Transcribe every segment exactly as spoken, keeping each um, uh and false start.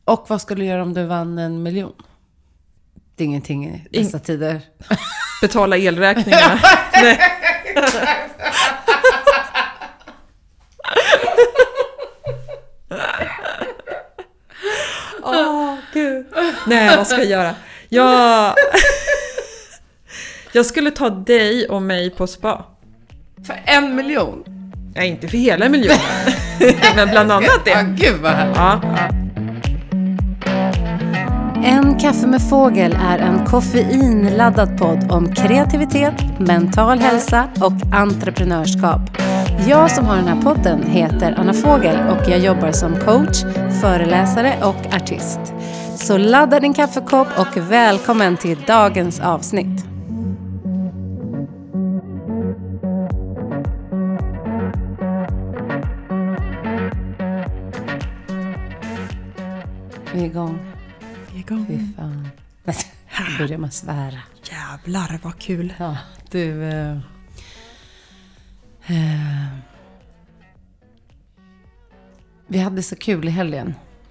Och vad skulle du göra om du vann en miljon? Det är ingenting i dessa In- tider. Betala elräkningarna. Nej. Åh, oh, gud. Nej, vad ska jag göra? Jag... jag skulle ta dig och mig på spa. För en miljon? Nej, inte för hela miljonen. Men bland annat det. Ja, gud vad härligt. Ja. En kaffe med fågel är en koffeinladdad podd om kreativitet, mental hälsa och entreprenörskap. Jag som har den här podden heter Anna Fågel och jag jobbar som coach, föreläsare och artist. Så ladda din kaffekopp och välkommen till dagens avsnitt. Vi är igång. Vi är igång. Fy fan. Nu börjar man svära. Jävlar, vad kul. Ja, du... Uh, uh, vi hade så kul i helgen.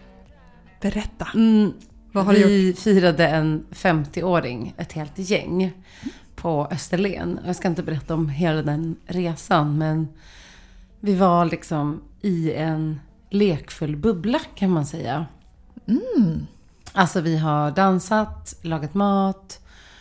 Berätta. Mm, vad har vi du gjort? firade en femtio-åring, ett helt gäng, på Österlen. Jag ska inte berätta om hela den resan, men vi var liksom i en lekfull bubbla kan man säga. Mm. Alltså vi har dansat, lagat mat,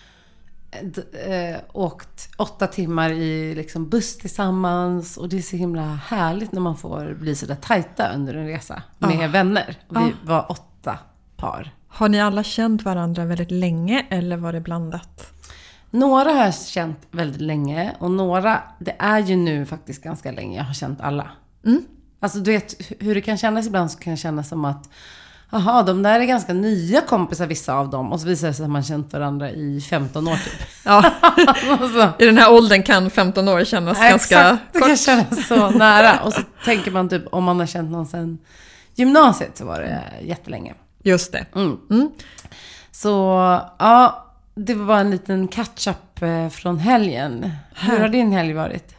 d- äh, åkt åtta timmar i liksom buss tillsammans. Och det är så himla härligt när man får bli så där tajta under en resa med Ah. vänner. Och vi Ah. var åtta par. Har ni alla känt varandra väldigt länge eller var det blandat? Några har jag känt väldigt länge och några, det är ju nu faktiskt ganska länge jag har känt alla. Mm. Alltså du vet hur det kan kännas ibland, så kan det kännas som att jaha, de där är ganska nya kompisar, vissa av dem. Och så visar det sig att man känt varandra i femton år typ. Ja, alltså. I den här åldern kan femton år kännas Ja, ganska exakt. Det kort. kan kännas så nära. Och så tänker man typ, om man har känt någon sedan gymnasiet så var det jättelänge. Just det. Mm. Mm. Så ja, det var bara en liten catch-up från helgen. Hur har din helg varit?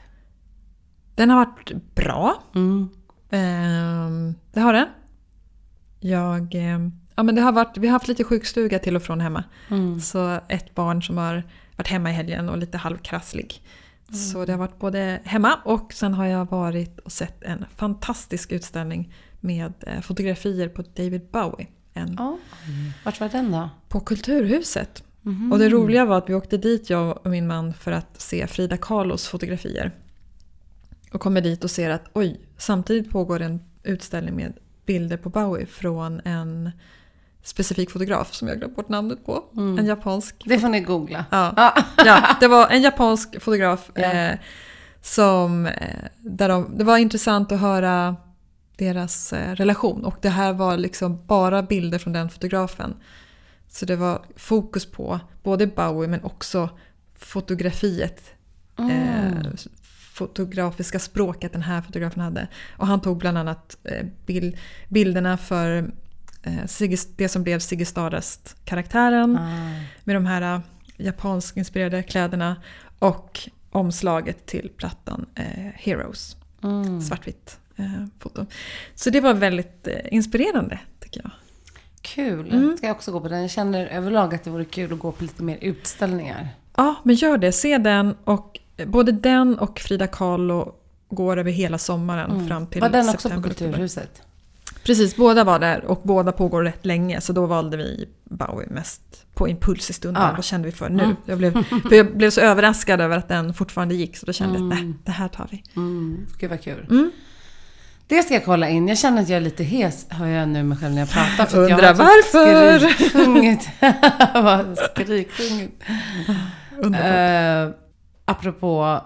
Den har varit bra. Mm. Ehm, det har den. Jag, ehm, ja, men det har varit, vi har haft lite sjukstuga till och från hemma. Mm. Så ett barn som har varit hemma i helgen och lite halvkrasslig. Mm. Så det har varit både hemma och sen har jag varit och sett en fantastisk utställning med eh, fotografier på David Bowie. En, Ja. Vart var den då? på Kulturhuset. Mm. Och det roliga var att vi åkte dit, jag och min man, för att se Frida Kahlos fotografier. Och kommer dit och ser att oj, samtidigt pågår en utställning med bilder på Bowie från en specifik fotograf som jag glömt bort namnet på. Mm. En japansk. Det får ni googla. Ja, ja det var en japansk fotograf Ja. eh, som, eh, där de, det var intressant att höra deras eh, relation. Och det här var liksom bara bilder från den fotografen. Så det var fokus på både Bowie men också fotografiet. Mm. Eh, fotografiska språket den här fotografen hade. Och han tog bland annat eh, bild, bilderna för eh, Ziggy, det som blev Ziggy Stardust-karaktären. Ah. Med de här japansk-inspirerade kläderna. Och omslaget till plattan eh, Heroes. Mm. Svartvitt eh, foto. Så det var väldigt eh, inspirerande tycker jag. Kul. Mm. Ska jag också gå på den? Jag känner överlag att det vore kul att gå på lite mer utställningar. Ja, men gör det. Se den. Och både den och Frida Kahlo går över hela sommaren Mm. fram till var den också september, på Kulturhuset? Precis, båda var där och båda pågår rätt länge. Så då valde vi Bowie mest på impuls i stunden. Ja. Vad kände vi för nu? Mm. Jag, blev, för jag blev så överraskad över att den fortfarande gick. Så då kände jag att Mm. nej, det här tar vi. Mm. Gud vad kul. Mm. Det ska jag kolla in. Jag känner att jag är lite hes, hör jag nu mig själv när jag pratar. För att Undrar jag har varför? typ skriksjungit. Vad skriksjungit. Underbart. Uh, apropå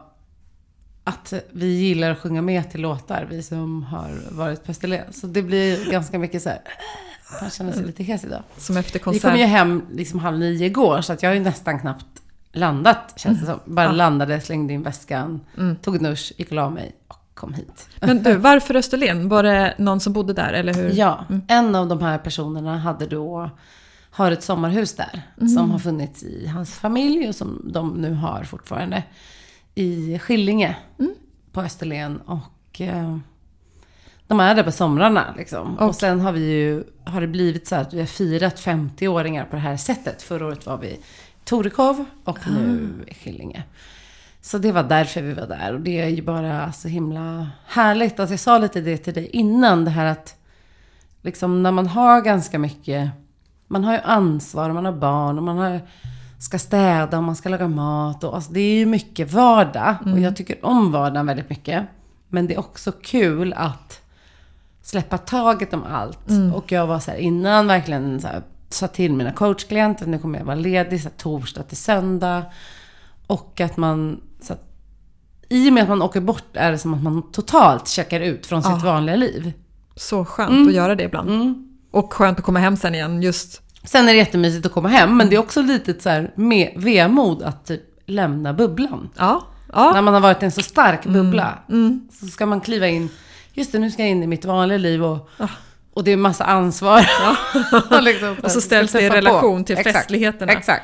att vi gillar att sjunga med till låtar, vi som har varit på Österlen. Så det blir ganska mycket så här. Man känner sig lite hes idag. Som efter Vi konsert. kom ju hem liksom halv nio igår, så att jag har ju nästan knappt landat, känns det som. Bara Ja. landade, slängde in väskan, Mm. tog en dusch, gick och la mig och kom hit. Men du, varför Österlen? Var det någon som bodde där, eller hur? Ja, Mm. en av de här personerna hade då, har ett sommarhus där. Mm. Som har funnits i hans familj och som de nu har fortfarande. I Skillinge Mm. på Österlen. Och eh, de är där på somrarna liksom. Och, och sen har vi ju, har det blivit så att vi har firat femtio-åringar på det här sättet. Förra året var vi i Torekov och ah. nu i Skillinge. Så det var därför vi var där. Och det är ju bara så himla härligt. Alltså jag sa lite det till dig innan. Det här att liksom när man har ganska mycket. Man har ju ansvar och man har barn. Och man har, ska städa och man ska laga mat. Och, alltså det är ju mycket vardag. Mm. Och jag tycker om vardagen väldigt mycket. Men det är också kul att släppa taget om allt. Mm. Och jag var så här innan verkligen så här, sa till mina coachklienter. Nu kommer jag vara ledig så här, torsdag till söndag. Och att man, så att, i och med att man åker bort är det som att man totalt checkar ut från sitt ja. vanliga liv. Så skönt mm. att göra det ibland. Mm. Och skönt att komma hem sen igen. Just. Sen är det jättemysigt att komma hem, men det är också lite så här med vemod att typ lämna bubblan. Ja. Ja. När man har varit i en så stark bubbla mm. Mm. så ska man kliva in, just det, nu ska jag in i mitt vanliga liv och, ja. och det är massa ansvar. Ja. liksom, och så ställs det i relation på. till Exakt. festligheterna. Exakt.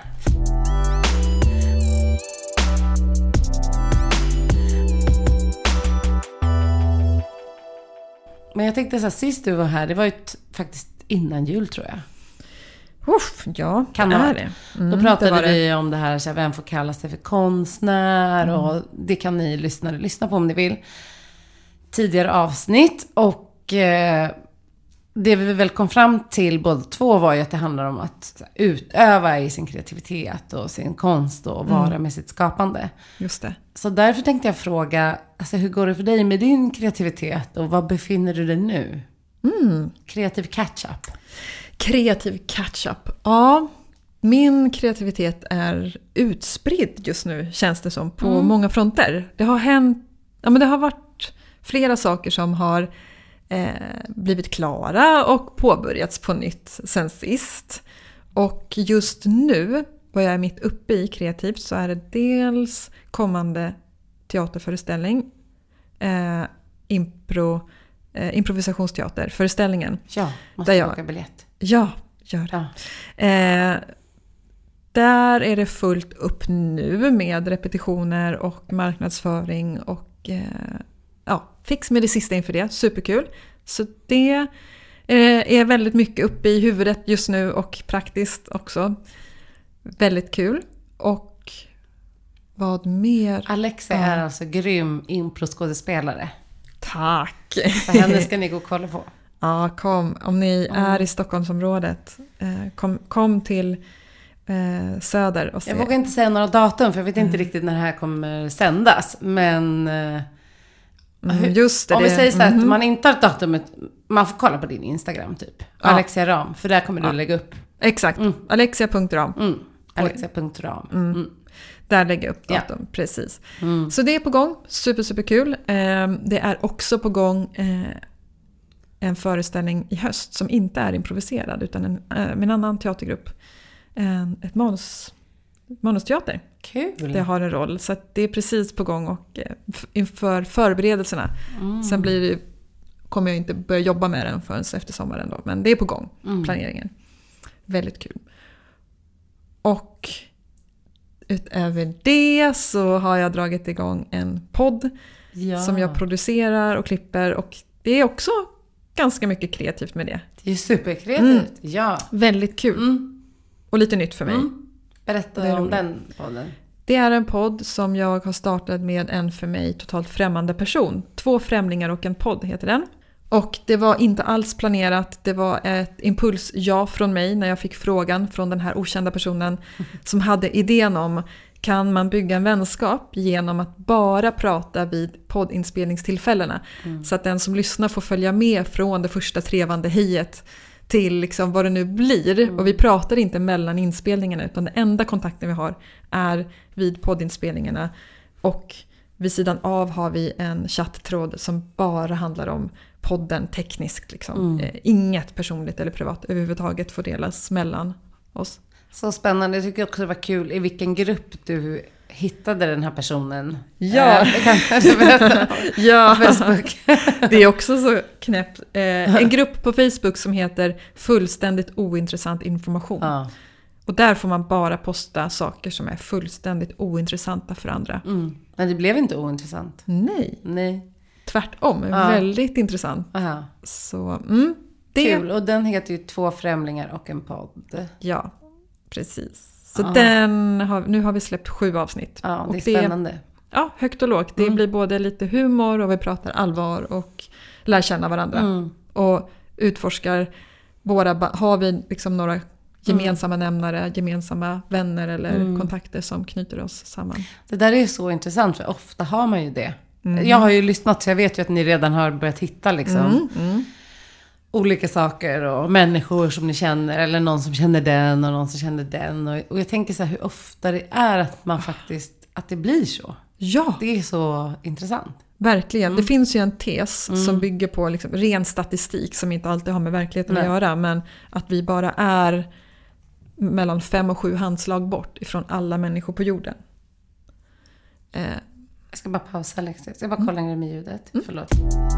Men jag tänkte så här, sist du var här, det var ju t- faktiskt innan jul tror jag. Uff, ja, kan det det är det. Mm, Då pratade det vi om det här, så här, vem får kalla sig för konstnär mm. och det kan ni lyssnare lyssna på om ni vill. Tidigare avsnitt och eh, det vi väl kom fram till båda två var ju att det handlar om att här, utöva i sin kreativitet och sin konst och vara mm. med sitt skapande. Just det. Så därför tänkte jag fråga, alltså, hur går det för dig med din kreativitet och var befinner du dig nu? Mm. Kreativ catch-up. Kreativ catch-up. Ja, min kreativitet är utspridd just nu, känns det som, på mm. många fronter. Det har hänt, ja men det har varit flera saker som har eh, blivit klara och påbörjats på nytt sen sist. Och just nu, vad jag är mitt uppe i kreativt, så är det dels kommande teaterföreställning, eh, impro, eh, improvisationsteaterföreställningen. Ja, måste jag åka biljett. Ja, gör det. Ja. Eh, där är det fullt upp nu med repetitioner och marknadsföring och eh, ja, fix med det sista inför det. Superkul. Så det eh, är väldigt mycket uppe i huvudet just nu och praktiskt också. Väldigt kul. Och vad mer? Alexa ja. är alltså grym improskådespelare. Tack! Så henne ska ni gå och kolla på. Ja, kom. Om ni mm. är i Stockholmsområdet, eh, kom, kom till eh, Söder och se. Jag vågar inte säga några datum för jag vet inte mm. riktigt när det här kommer sändas. Men eh, mm, just det, om vi det. säger så Mm-hmm. att man inte har ett datum, man får kolla på din Instagram typ. Ja. Alexia Ram, för där kommer du ja. lägga upp. Exakt, mm. alexia punkt ram. Mm. alexia punkt ram. Mm. Mm. Där lägger jag upp datum, ja. precis. Mm. Så det är på gång, super super kul. Eh, det är också på gång eh, en föreställning i höst som inte är improviserad utan en, äh, med en annan teatergrupp. En, ett manus, manusteater. Kul! Det har en roll. Så att det är precis på gång och äh, inför förberedelserna. Mm. Sen blir det, kommer jag inte börja jobba med den förrän efter sommaren då. Men det är på gång, mm. planeringen. Väldigt kul. Och utöver det så har jag dragit igång en podd ja. som jag producerar och klipper. Och det är också ganska mycket kreativt med det. Det är ju superkreativt, mm. ja. Väldigt kul. Mm. Och lite nytt för mig. Mm. Berätta om den podden. Det är en podd som jag har startat med en för mig totalt främmande person. Två främlingar och en podd heter den. Och det var inte alls planerat. Det var ett impuls ja från mig när jag fick frågan från den här okända personen mm. som hade idén om kan man bygga en vänskap genom att bara prata vid poddinspelningstillfällena. Mm. Så att den som lyssnar får följa med från det första trevande hejet till liksom vad det nu blir. Mm. Och vi pratar inte mellan inspelningarna utan den enda kontakten vi har är vid poddinspelningarna. Och vid sidan av har vi en chatttråd som bara handlar om podden tekniskt. Liksom. Mm. Inget personligt eller privat överhuvudtaget får delas mellan oss. Så spännande. Jag tycker också det var kul i vilken grupp du hittade den här personen. Ja, det kan du berätta ja. på Facebook. Det är också så knäppt. Eh, en grupp på Facebook som heter Fullständigt ointressant information. Ja. Och där får man bara posta saker som är fullständigt ointressanta för andra. Mm. Men det blev inte ointressant. Nej. Nej. tvärtom. Ja. Väldigt intressant. Aha. Så, mm, det, Kul, och den heter ju Två främlingar och en podd. Ja, precis. Så Ja. den har, nu har vi släppt sju avsnitt. Ja, det är och spännande. Ja, högt och lågt. Det Mm. blir både lite humor och vi pratar allvar och lär känna varandra. Mm. Och utforskar våra, ba- har vi liksom några gemensamma nämnare, gemensamma vänner eller Mm. kontakter som knyter oss samman. Det där är så intressant, för ofta har man ju det. Mm. Jag har ju lyssnat, så jag vet ju att ni redan har börjat hitta liksom, Mm, mm. olika saker och människor som ni känner, eller någon som känner den och någon som känner den. Och, och jag tänker så här, hur ofta det är att man faktiskt, att det blir så. Ja, Det är så intressant. verkligen. Mm. Det finns ju en tes Mm. som bygger på liksom ren statistik som inte alltid har med verkligheten Nej. att göra. Men att vi bara är mellan fem och sju handslag bort ifrån alla människor på jorden. Eh, Jag ska bara pausa Alexis. Jag ska bara kolla ner med ljudet. Mm. Förlåt.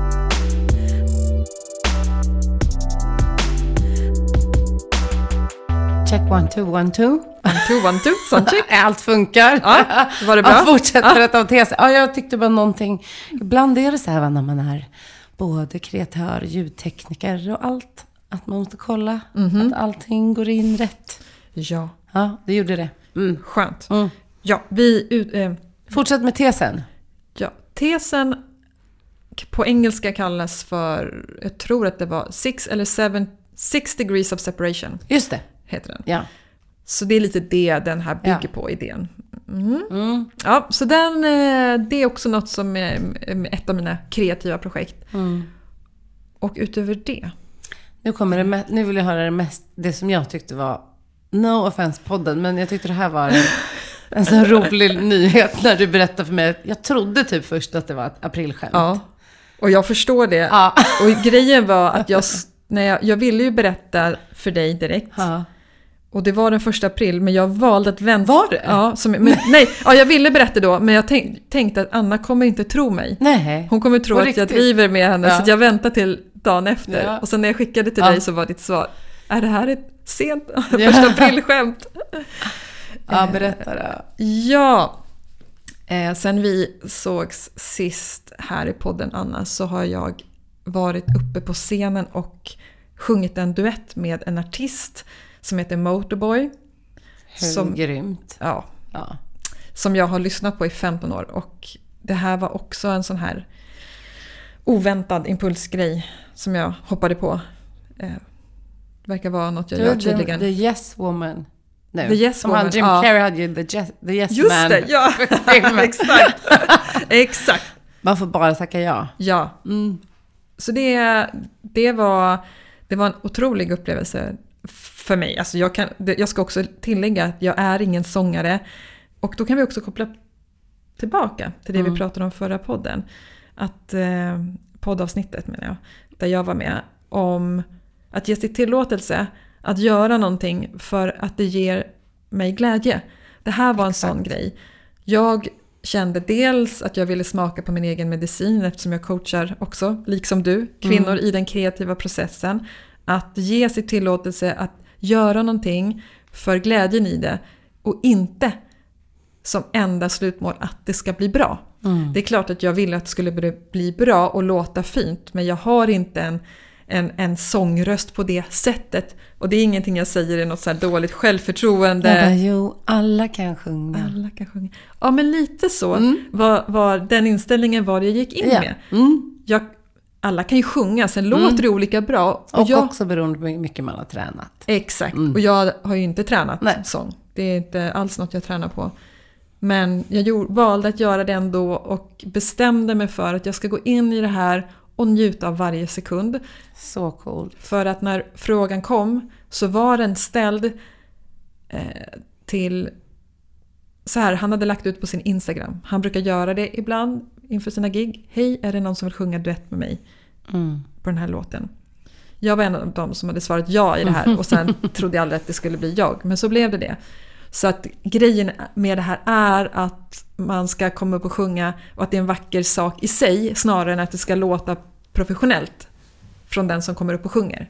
Check one, two, one, two. one, two, one, two, soundcheck. Allt funkar. Ja, var det bra? Ja, fortsätt berätta om teser. Ja, jag tyckte bara någonting. Ibland är det så här va, när man är både kreatör, ljudtekniker och allt. Att man måste kolla Mhm. att allting går in rätt. Ja, Ja, det gjorde det. Mm. skönt. Mm. Ja, vi... ut- Eh, Fortsätt med tesen. ja, tesen på engelska kallas för, jag tror att det var six eller seven, six degrees of separation Just det. heter den. Ja. Så det är lite det den här bygger Ja. på, idén. Mm. Mm. Ja, så den, eh, det är också något som är ett av mina kreativa projekt. Mm. Och utöver det, Nu, kommer det me- nu vill jag höra det mest, det som jag tyckte var, no offense podden, men jag tyckte det här var en, en så rolig nyhet när du berättade för mig. Jag trodde typ först att det var ett aprilskämt. ja, och jag förstår det. Ja. Och grejen var att jag, s- när jag, jag ville ju berätta för dig direkt. Ja. Och det var den första april, men jag valde att vänta. Var det? Ja, som, men, nej, ja, jag ville berätta då, men jag tänk, tänkte att Anna kommer inte tro mig. Nej. Hon kommer tro På att riktigt? jag driver med henne, Ja. så att jag väntar till dagen efter. Ja. Och sen när jag skickade till Ja. dig så var ditt svar, är det här ett sent Ja. första aprilskämt? Ja, berätta då. Ja, eh, sen vi sågs sist här i podden, Anna, så har jag varit uppe på scenen och sjungit en duett med en artist som heter Motorboy. Hur Som- grymt. Ja, Ja. som jag har lyssnat på i femton år. Och det här var också en sån här oväntad impulsgrej som jag hoppade på. Eh, det verkar vara något jag Du gör är the, tydligen. the yes woman. Nu. The yes Som woman, han, Jim ja. Carrey hade ju the, yes, the yes Just man. det, ja! filmen. Exakt. Exakt. Man får bara tacka ja. Ja. Mm. Så det, det, var, det var en otrolig upplevelse för mig. Alltså jag, kan, det- jag ska också tillägga att jag är ingen sångare. Och då kan vi också koppla tillbaka till det Mm. vi pratade om förra podden. Att, eh, poddavsnittet menar jag. Där jag var med om att ge sig tillåtelse att göra någonting för att det ger mig glädje. Det här var en Exakt. sån grej. Jag kände dels att jag ville smaka på min egen medicin eftersom jag coachar också, liksom du, kvinnor Mm. i den kreativa processen. Att ge sig tillåtelse att göra någonting för glädjen i det och inte som enda slutmål att det ska bli bra. Mm. Det är klart att jag ville att det skulle bli- bli bra och låta fint, men jag har inte en, en, en sångröst på det sättet. Och det är ingenting jag säger i något så här dåligt självförtroende. Jag bara, jo, alla kan sjunga. Alla kan sjunga. Ja, men lite så Mm. var, var den inställningen var jag gick in Ja. med. Mm. Jag, alla kan ju sjunga, sen Mm. låter det olika bra. Och Och jag, också beroende på hur mycket man har tränat. exakt, Mm. och jag har ju inte tränat Nej. sång. Det är inte alls något jag tränar på. Men jag gjorde, valde att göra det ändå och bestämde mig för att jag ska gå in i det här och njuta av varje sekund. Så cool. För att när frågan kom så var den ställd eh, till så här, han hade lagt ut på sin Instagram. Han brukar göra det ibland inför sina gig. Hej, är det någon som vill sjunga duett med mig Mm. på den här låten? Jag var en av dem som hade svarat ja i det här och sen trodde jag aldrig att det skulle bli jag. Men så blev det det. Så att grejen med det här är att man ska komma upp och sjunga och att det är en vacker sak i sig snarare än att det ska låta professionellt från den som kommer upp och sjunger.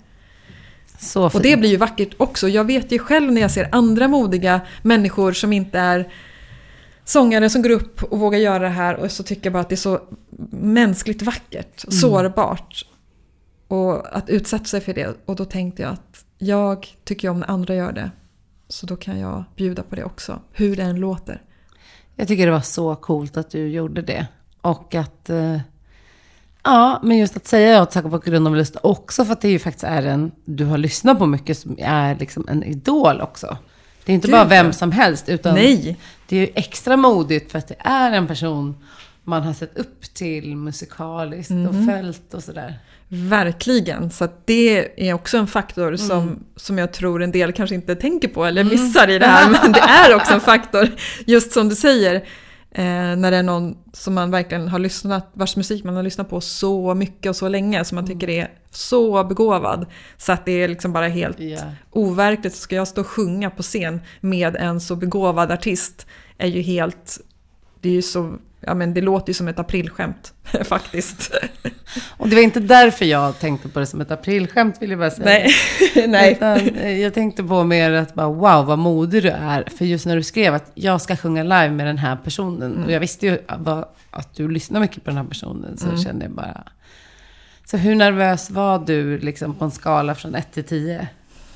Så Och fint. det blir ju vackert också. Jag vet ju själv när jag ser andra modiga människor som inte är sångare som går upp och vågar göra det här och så tycker jag bara att det är så mänskligt vackert, mm. sårbart. Och att utsätta sig för det. Och då tänkte jag att jag tycker om när andra gör det. Så då kan jag bjuda på det också. Hur det än låter. Jag tycker det var så coolt att du gjorde det. Och att... Eh, ja, men just att säga åt saker på grund av lust också. För att det ju faktiskt är en... Du har lyssnat på mycket som är liksom en idol också. Det är inte Gud, bara vem som helst. Utan nej. Det är ju extra modigt för att det är en person man har sett upp till musikaliskt mm. och följt och sådär. Verkligen, så att det är också en faktor mm. som, som jag tror en del kanske inte tänker på eller missar mm. i det här, men det är också en faktor, just som du säger, eh, när det är någon som man verkligen har lyssnat, vars musik man har lyssnat på så mycket och så länge som man mm. tycker är så begåvad, så att det är liksom bara helt yeah. overkligt. Så ska jag stå och sjunga på scen med en så begåvad artist är ju helt, det är ju så... Ja, men det låter ju som ett aprilskämt faktiskt. Och det var inte därför jag tänkte på det som ett aprilskämt, vill jag bara säga. Nej. Nej. Utan jag tänkte på mer att bara, wow, vad modig du är. För just när du skrev att jag ska sjunga live med den här personen. Mm. Och jag visste ju att du lyssnar mycket på den här personen. Så mm. kände jag bara... Så hur nervös var du liksom på en skala från ett till tio?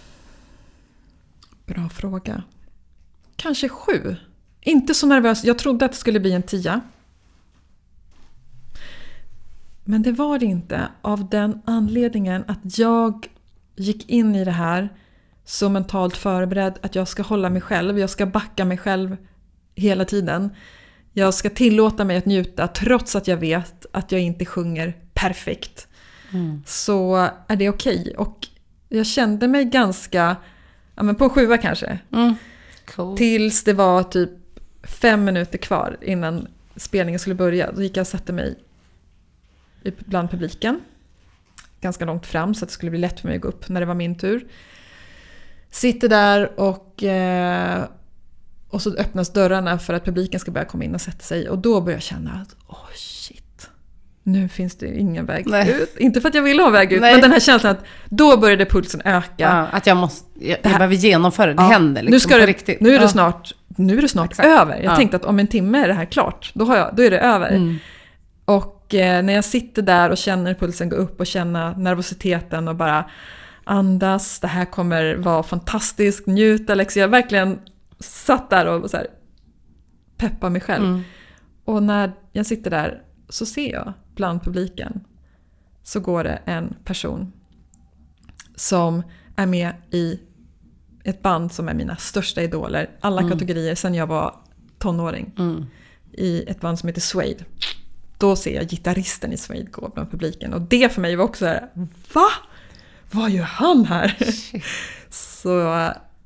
Bra fråga. Kanske sju. Inte så nervös. Jag trodde att det skulle bli en tia. Men det var det inte. Av den anledningen att jag gick in i det här så mentalt förberedd att jag ska hålla mig själv. Jag ska backa mig själv hela tiden. Jag ska tillåta mig att njuta trots att jag vet att jag inte sjunger perfekt. Mm. Så är det okej. Och jag kände mig ganska, ja men på sjua kanske. Mm. Cool. Tills det var typ fem minuter kvar innan spelningen skulle börja. Då gick jag och satte mig bland publiken. Ganska långt fram så att det skulle bli lätt för mig att gå upp när det var min tur. Sitter där och, eh, och så öppnas dörrarna för att publiken ska börja komma in och sätta sig. Och då börjar jag känna att åh oh shit, nu finns det ingen väg Nej. ut. Inte för att jag vill ha väg ut, Nej. men den här känslan att då började pulsen öka. Ja, att jag måste, jag, jag behöver genomföra det, ja, händer liksom nu ska på det, riktigt. Nu är det ja. snart, nu är det snart Exakt. över. Jag ja. tänkte att om en timme är det här klart. Då, har jag, då är det över. Mm. Och eh, när jag sitter där och känner pulsen gå upp och känna nervositeten och bara andas, det här kommer vara fantastiskt, njuta. Liksom. Jag verkligen satt där och så här, peppar mig själv. Mm. Och när jag sitter där så ser jag bland publiken så går det en person som är med i ett band som är mina största idoler. Alla mm. kategorier sedan jag var tonåring. Mm. I ett band som heter Suede. Då ser jag gitarristen i Suede gå bland publiken. Och det för mig var också så här, va? Vad gör han här? Så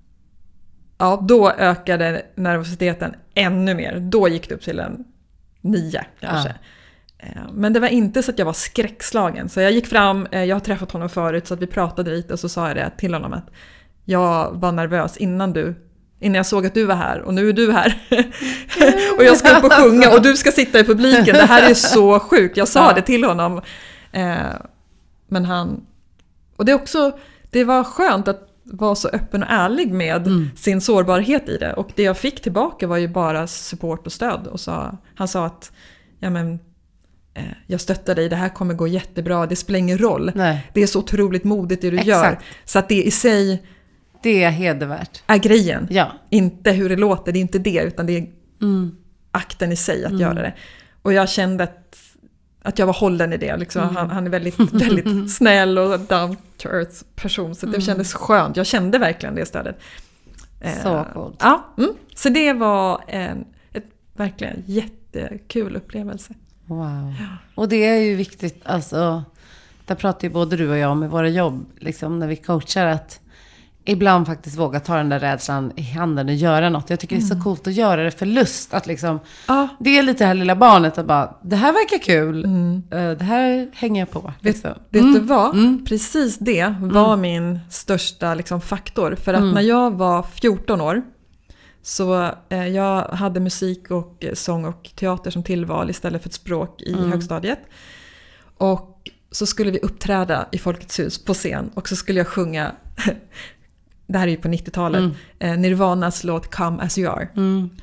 ja, då ökade nervositeten ännu mer. Då gick det upp till en nio kanske. Ah. Men det var inte så att jag var skräckslagen. Så jag gick fram, jag har träffat honom förut så att vi pratade lite och så sa jag det till honom att jag var nervös innan du innan jag såg att du var här och nu är du här. Och jag ska upp och sjunga och du ska sitta i publiken. Det här är så sjukt. Jag sa ja. det till honom. Eh, men han... Och det är också... Det var skönt att vara så öppen och ärlig med mm. sin sårbarhet i det. Och det jag fick tillbaka var ju bara support och stöd. Och sa, han sa att ja, men, eh, jag stöttar dig. Det här kommer gå jättebra. Det spelar ingen roll. Nej. Det är så otroligt modigt det du Exakt. gör. Så att det i sig... Det är hedervärt. Är grejen. Ja. Inte hur det låter, det är inte det. Utan det är mm. akten i sig att mm. göra det. Och jag kände att, att jag var hållen i det. Liksom. Mm. Han, han är väldigt, väldigt snäll och down to earth person. Så det mm. kändes skönt. Jag kände verkligen det stödet. Så coolt. Ja, mm. Så det var en ett, verkligen jättekul upplevelse. Wow. Ja. Och det är ju viktigt. Alltså, där pratar ju både du och jag om i våra jobb. Liksom, när vi coachar att ibland faktiskt våga ta den där rädslan i handen och göra något. Jag tycker mm. det är så coolt att göra det för lust. Att liksom, ah. Det är lite det här lilla barnet att bara, det här verkar kul. Mm. Det här hänger jag på. Liksom. Vet, vet mm. du vad? Mm. Precis det var mm. min största liksom, faktor. För att mm. när jag var fjorton år så eh, jag hade musik och sång och teater som tillval istället för ett språk i mm. högstadiet. Och så skulle vi uppträda i Folkets hus på scen. Och så skulle jag sjunga... Det här är ju på nittiotalet. Mm. Eh, Nirvanas låt Come As You Are. Mm.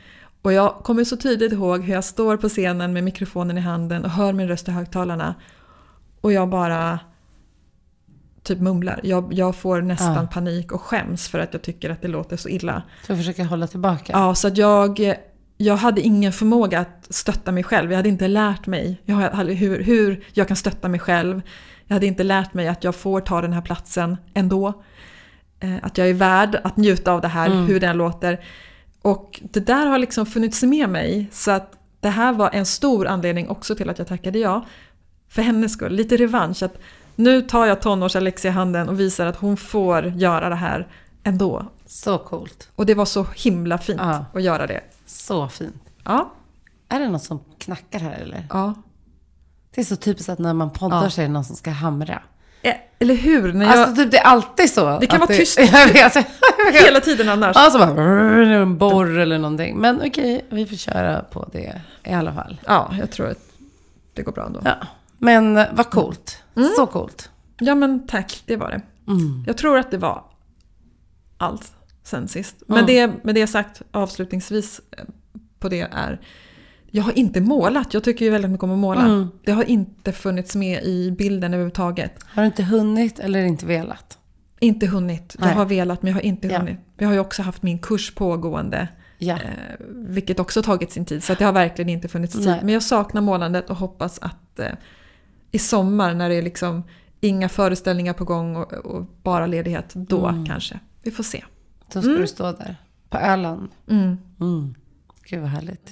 Och jag kommer så tydligt ihåg hur jag står på scenen med mikrofonen i handen och hör min röst i högtalarna. Och jag bara typ mumlar. Jag, jag får nästan ja. panik och skäms för att jag tycker att det låter så illa. Så jag försöker hålla tillbaka? Ja, så att jag, jag hade ingen förmåga att stötta mig själv. Jag hade inte lärt mig jag hade, hur, hur jag kan stötta mig själv. Jag hade inte lärt mig att jag får ta den här platsen ändå. Att jag är värd att njuta av det här, mm. hur den låter. Och det där har liksom funnits med mig. Så att det här var en stor anledning också till att jag tackade ja. För hennes skull, lite revansch. Att nu tar jag tonårs Alexia i handen och visar att hon får göra det här ändå. Så coolt. Och det var så himla fint ja. att göra det. Så fint. Ja. Är det något som knackar här eller? Ja. Det är så typiskt att när man poddar ja. så är det någon som ska hamra. Eller hur? När jag... Alltså typ det är alltid så. Det kan vara det... tyst. jag vet, jag vet. Hela tiden annars. Alltså bara en borr eller någonting. Men okej, vi får köra på det i alla fall. Ja, jag tror att det går bra ändå. Ja. Men vad coolt. Mm. Så coolt. Ja men tack, det var det. Mm. Jag tror att det var allt sen sist. Men mm. det, med det sagt avslutningsvis på det är... Jag har inte målat. Jag tycker ju väldigt mycket om att måla. Mm. Det har inte funnits med i bilden överhuvudtaget. Har du inte hunnit eller inte velat? Inte hunnit. Jag Nej. har velat men jag har inte hunnit. Ja. Jag har ju också haft min kurs pågående. Ja. Eh, vilket också tagit sin tid. Så att det har verkligen inte funnits tid. Nej. Men jag saknar målandet och hoppas att eh, i sommar när det är liksom inga föreställningar på gång och, och bara ledighet. Då mm. kanske. Vi får se. Då ska mm. du stå där. På Öland. Mm. Mm. Gud vad härligt.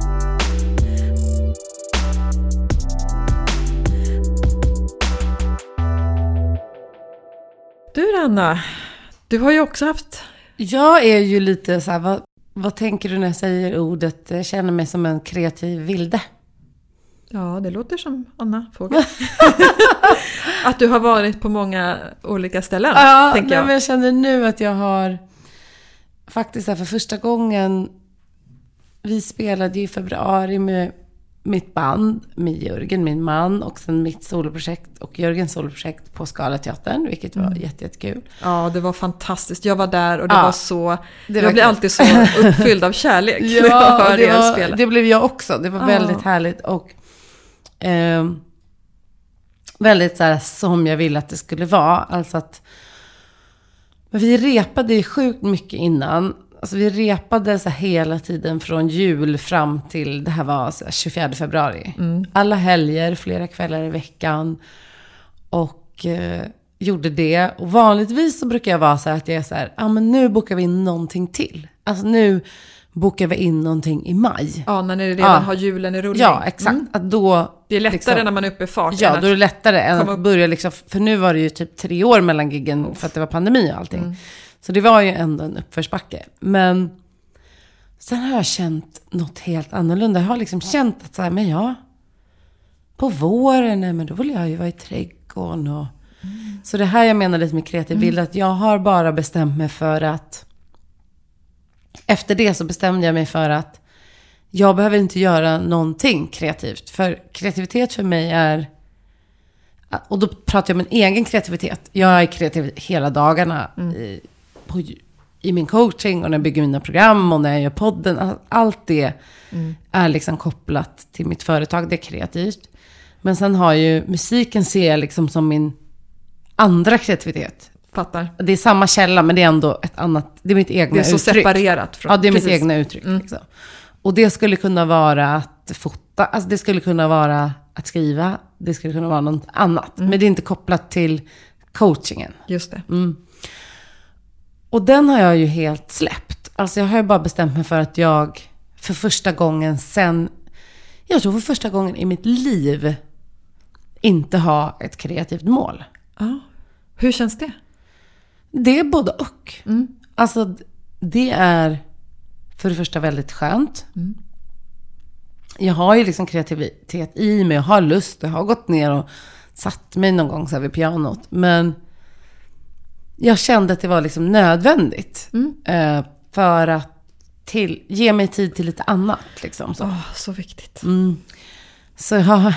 Du Anna, du har ju också haft... Jag är ju lite så här, vad, vad tänker du när jag säger ordet? Jag känner mig som en kreativ vilde. Ja, det låter som Anna Fågel. Att du har varit på många olika ställen, ja, tänker jag. Ja, men jag känner nu att jag har faktiskt här för första gången... Vi spelade ju i februari med mitt band, med Jörgen, min man, och sen mitt soloprojekt och Jörgens soloprojekt på Scalateatern, vilket var mm. jätte, jättekul. Ja, det var fantastiskt. Jag var där och det ja, var så... Det var jag blir alltid så uppfylld av kärlek. Ja, det, var, det blev jag också. Det var ja. väldigt härligt och eh, väldigt så här som jag ville att det skulle vara. Alltså att vi repade ju sjukt mycket innan. Alltså vi repade så hela tiden från jul fram till, det här var så tjugofjärde februari. Mm. Alla helger, flera kvällar i veckan. Och eh, gjorde det. Och vanligtvis så brukar jag vara så här att jag är så här, ja ah, men nu bokar vi in någonting till. Alltså nu bokar vi in någonting i maj. Ja, när ni redan ja. har julen i rullning. Ja, exakt. Mm. Att då, det är lättare liksom, när man är uppe i fart. Ja, då är det lättare än att börja liksom, för nu var det ju typ tre år mellan giggen oh. för att det var pandemi och allting. Mm. Så det var ju ändå en uppförsbacke. Men sen har jag känt något helt annorlunda. Jag har liksom känt att så här, men ja, på våren, nej, men då vill jag ju vara i trädgården. Och, mm. Så det här jag menar lite med kreativ bild, mm. att jag har bara bestämt mig för att, efter det så bestämde jag mig för att jag behöver inte göra någonting kreativt. För kreativitet för mig är, och då pratar jag om min egen kreativitet. Jag är kreativ hela dagarna mm. i, på, i min coaching och när jag bygger mina program och när jag gör podden. Allt det mm. är liksom kopplat till mitt företag. Det är kreativt. Men sen har ju musiken ser jag liksom som min andra kreativitet. Fattar. Det är samma källa men det är ändå ett annat. Det är mitt egna uttryck. Det är så uttryck. separerat. Från, ja, det är precis. mitt egna uttryck. Mm. Liksom. Och det skulle kunna vara att fota. Alltså det skulle kunna vara att skriva. Det skulle kunna vara något annat. Mm. Men det är inte kopplat till coachingen. Just det. Mm. Och den har jag ju helt släppt. Alltså jag har ju bara bestämt mig för att jag för första gången sen... Jag tror för första gången i mitt liv inte har ett kreativt mål. Ja. Hur känns det? Det är både och. Mm. Alltså det är för det första väldigt skönt. Mm. Jag har ju liksom kreativitet i mig. Jag har lust. Jag har gått ner och satt mig någon gång så här vid pianot. Men jag kände att det var liksom nödvändigt. Mm. Eh, för att till, ge mig tid till lite annat. Liksom, så. Oh, så viktigt. Mm. Så, jag,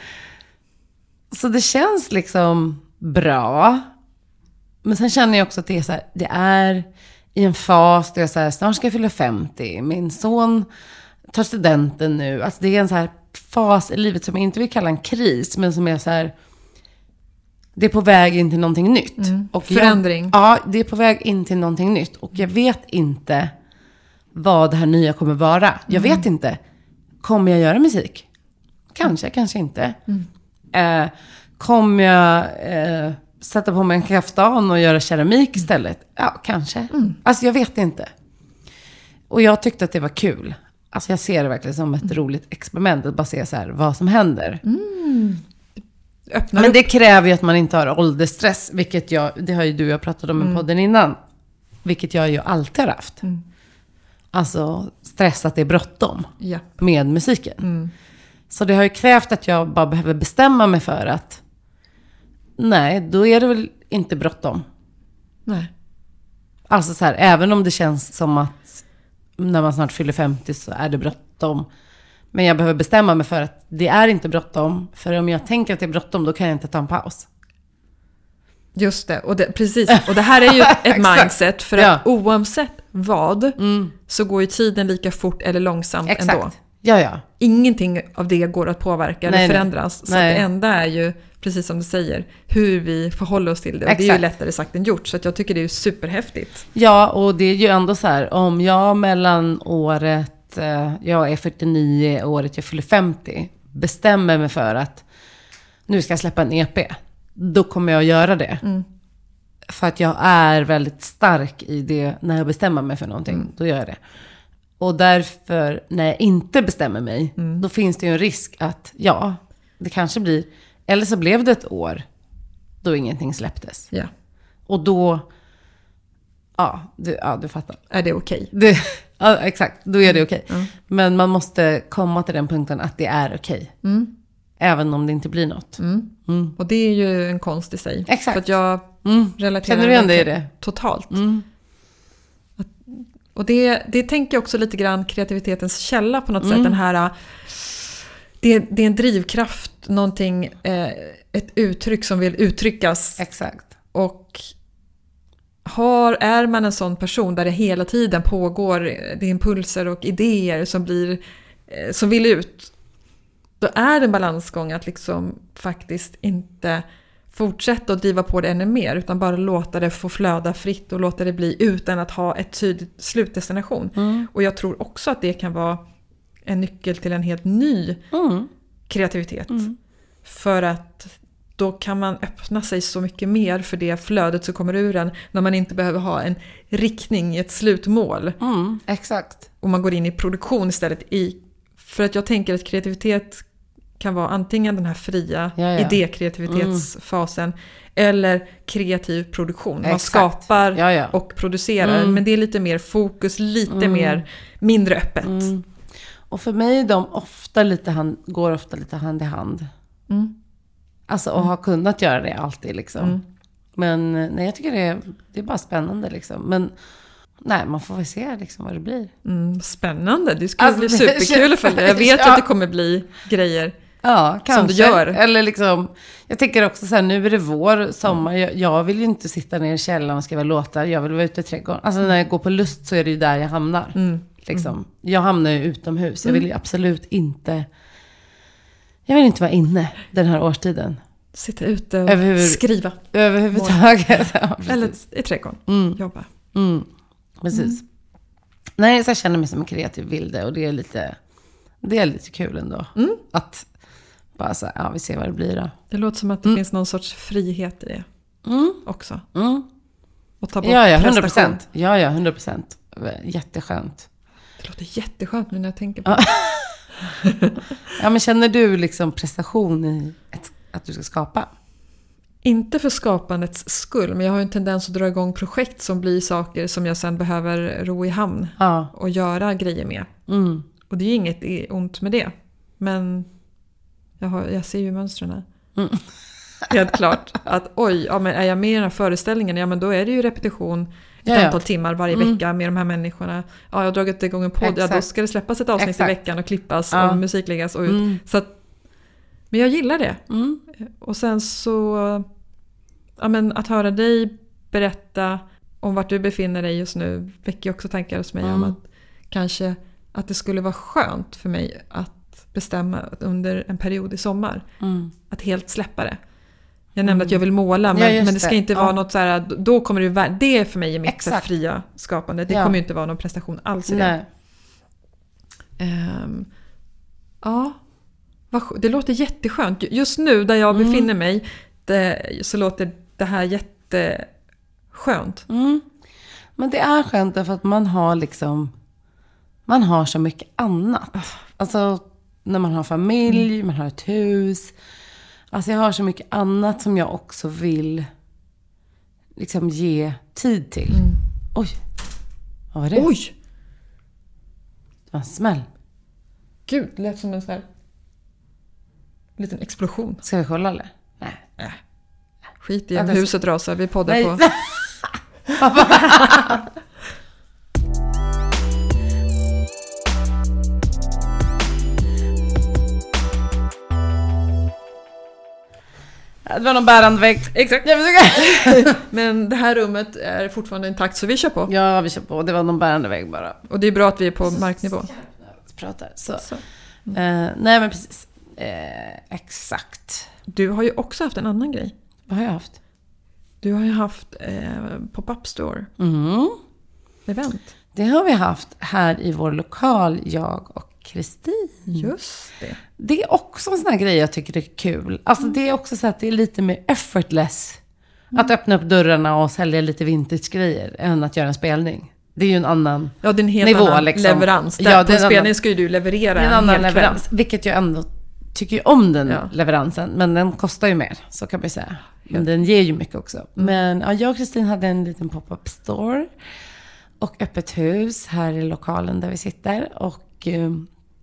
så det känns liksom bra. Men sen känner jag också att det är så här, det är i en fas där jag så här, snart ska jag fylla femtio. Min son tar studenten nu. Alltså det är en så här fas i livet som jag inte vill kalla en kris, men som är så här, det är på väg in till någonting nytt. Mm. Och Förändring. Jag, ja, det är på väg in till någonting nytt. Och jag vet inte vad det här nya kommer vara. Jag Mm. vet inte. Kommer jag göra musik? Kanske, kanske inte. Mm. Eh, kommer jag eh, sätta på mig en kaftan och göra keramik istället? Ja, kanske. Mm. Alltså jag vet inte. Och jag tyckte att det var kul. Alltså jag ser det verkligen som ett mm. roligt experiment. Att bara se så här, vad som händer. Mm. Öppnar Men upp. det kräver ju att man inte har åldersstress. Vilket jag, det har ju du och jag pratat om i Mm. podden innan. Vilket jag ju alltid har haft. Mm. Alltså stress att det är bråttom Ja. med musiken. Mm. Så det har ju krävt att jag bara behöver bestämma mig för att nej, då är det väl inte bråttom. Nej. Alltså så här, även om det känns som att när man snart fyller femtio så är det bråttom. Men jag behöver bestämma mig för att det är inte bråttom. För om jag tänker att det är bråttom, då kan jag inte ta en paus. Just det, och det, precis. Och det här är ju ett mindset för att Ja. oavsett vad Mm. så går ju tiden lika fort eller långsamt Exakt. ändå. Ja, ja. Ingenting av det går att påverka eller Nej, nej. förändras. Så Nej. att det enda är ju, precis som du säger, hur vi förhåller oss till det. Och det är ju Exakt. lättare sagt än gjort. Så att jag tycker det är superhäftigt. Ja, och det är ju ändå så här, om jag mellan året, eh, jag är fyrtionio, året jag fyller femtio, bestämmer mig för att nu ska jag släppa en E P, då kommer jag göra det. Mm. För att jag är väldigt stark i det, när jag bestämmer mig för någonting, Mm. då gör jag det. Och därför, när jag inte bestämmer mig, Mm. då finns det ju en risk att, ja, det kanske blir, eller så blev det ett år då ingenting släpptes. Ja. Och då, ja, du, ja, du fattar. Är det okej? Det, ja, exakt, då är det okej. Mm. Men man måste komma till den punkten att det är okej. Mm. Även om det inte blir något. Mm. Mm. Och det är ju en konst i sig. Exakt. För att jag Mm. relaterar Känner du igen dig i verkligen det? totalt. Mm. Och det, det tänker jag också lite grann kreativitetens källa på något Mm. sätt. Den här, det, det är en drivkraft, någonting, eh, ett uttryck som vill uttryckas. Exakt. Och har, är man en sån person där det hela tiden pågår det är impulser och idéer som, blir, eh, som vill ut, då är det en balansgång att liksom faktiskt inte fortsätta att driva på det ännu mer, utan bara låta det få flöda fritt och låta det bli utan att ha ett tydligt slutdestination. Mm. Och jag tror också att det kan vara en nyckel till en helt ny Mm. kreativitet. Mm. För att då kan man öppna sig så mycket mer för det flödet som kommer ur en, när man inte behöver ha en riktning, ett slutmål. Mm. Exakt. Och man går in i produktion istället. I, för att jag tänker att kreativitet kan vara antingen den här fria Ja, ja. idékreativitetsfasen eller kreativ produktion. Man Exakt. skapar Ja, ja. och producerar, Mm. men det är lite mer fokus, lite Mm. mer, mindre öppet. Mm. Och för mig är de ofta lite hand, går ofta lite hand i hand. Mm. Alltså och har kunnat göra det alltid liksom. Mm. Men nej, jag tycker det är, det är bara spännande liksom. Men nej, man får väl se liksom vad det blir. Mm, spännande, det skulle Alltså, bli det superkul för dig. Jag vet ja. att det kommer bli grejer. Ja, kanske. du gör. Eller liksom, jag tänker också så här, nu är det vår, sommar. Jag, jag vill ju inte sitta ner i källaren och skriva låtar. Jag vill vara ute i trädgården. Alltså när jag går på lust så är det ju där jag hamnar. Mm. Liksom. Jag hamnar ju utomhus. Jag vill ju absolut inte, jag vill inte vara inne den här årstiden. Sitta ute och Överhuvud- skriva. Överhuvudtaget. Ja, Eller precis. i trädgården. Mm. Jobba. Mm, precis. Nej, så jag känner mig som en kreativ vilde och det är lite, det är lite kul ändå. Mm. Att bara så här, ja vi ser vad det blir då. Det låter som att det Mm. finns någon sorts frihet i det Mm, också. mm. Och ta bort Ja, ja, hundra prestation. procent. Ja, ja, hundra procent. Jätteskönt. Det låter jätteskönt nu när jag tänker på Ja. det. Ja, men känner du liksom prestation i ett, att du ska skapa? Inte för skapandets skull, men jag har ju en tendens att dra igång projekt som blir saker som jag sen behöver ro i hamn Ja. och göra grejer med. Mm. Och det är ju inget ont med det. Men jag, har, jag ser ju mönstren. Mm. Helt klart. Att oj, ja, men är jag med i den här föreställningen, ja men då är det ju repetition ett Ja, ja. antal timmar varje Mm. vecka med de här människorna. Ja, jag har dragit igång en podd, ja, då Exakt. ska det släppas ett avsnitt Exakt. i veckan och klippas Ja. och musikläggas och ut. Mm. Så att, men jag gillar det. Mm. Och sen så, ja men att höra dig berätta om vart du befinner dig just nu väcker också tankar hos mig Mm. om att kanske att det skulle vara skönt för mig att bestämma under en period i sommar. Mm. Att helt släppa det. Jag nämnde mm. att jag vill måla, men, ja, men det ska det. inte vara ja. något så här, då kommer det ju, det är för mig mitt Exakt. fria skapande. Det ja. kommer ju inte vara någon prestation alls i Nej. det. Um, ja, det låter jätteskönt. Just nu där jag mm. befinner mig det, så låter det här jätteskönt. Mm. Men det är skönt därför att man har liksom man har så mycket annat. Alltså när man har familj, mm. man har ett hus. Alltså jag har så mycket annat som jag också vill liksom ge tid till. Mm. Oj, vad var det? Oj! Det var en smäll. Gud, det lät som en sån här liten explosion. Ska vi kolla eller? Nej. Äh. Skit i om huset rasar, vi poddar Nej. på. Det var någon bärande vägg. Exakt. Men det här rummet är fortfarande intakt så vi kör på. Ja, vi kör på. Det var någon bärande vägg bara. Och det är bra att vi är på så marknivå. Pratar. Så. så. Mm. Uh, nej men precis. Uh, exakt. Du har ju också haft en annan grej. Vad har jag haft? Du har ju haft eh, pop-up store. Mm. Event. Det har vi haft här i vår lokal, jag och Kristin. Just det. Det är också en sån här grej jag tycker är kul. Alltså mm. det är också så att det är lite mer effortless. Mm. Att öppna upp dörrarna och sälja lite vintage-grejer än att göra en spelning. Det är ju en annan ja, det är en helt nivå, annan liksom. leverans. Där ja, på en spelning annan, ska ju du leverera en, en annan annan leverans. Kväll. Vilket jag ändå tycker ju om den ja. leveransen. Men den kostar ju mer, så kan man säga. Men den ger ju mycket också. Mm. Men ja, jag och Kristin hade en liten pop-up store. Och öppet hus här i lokalen där vi sitter. Och eh,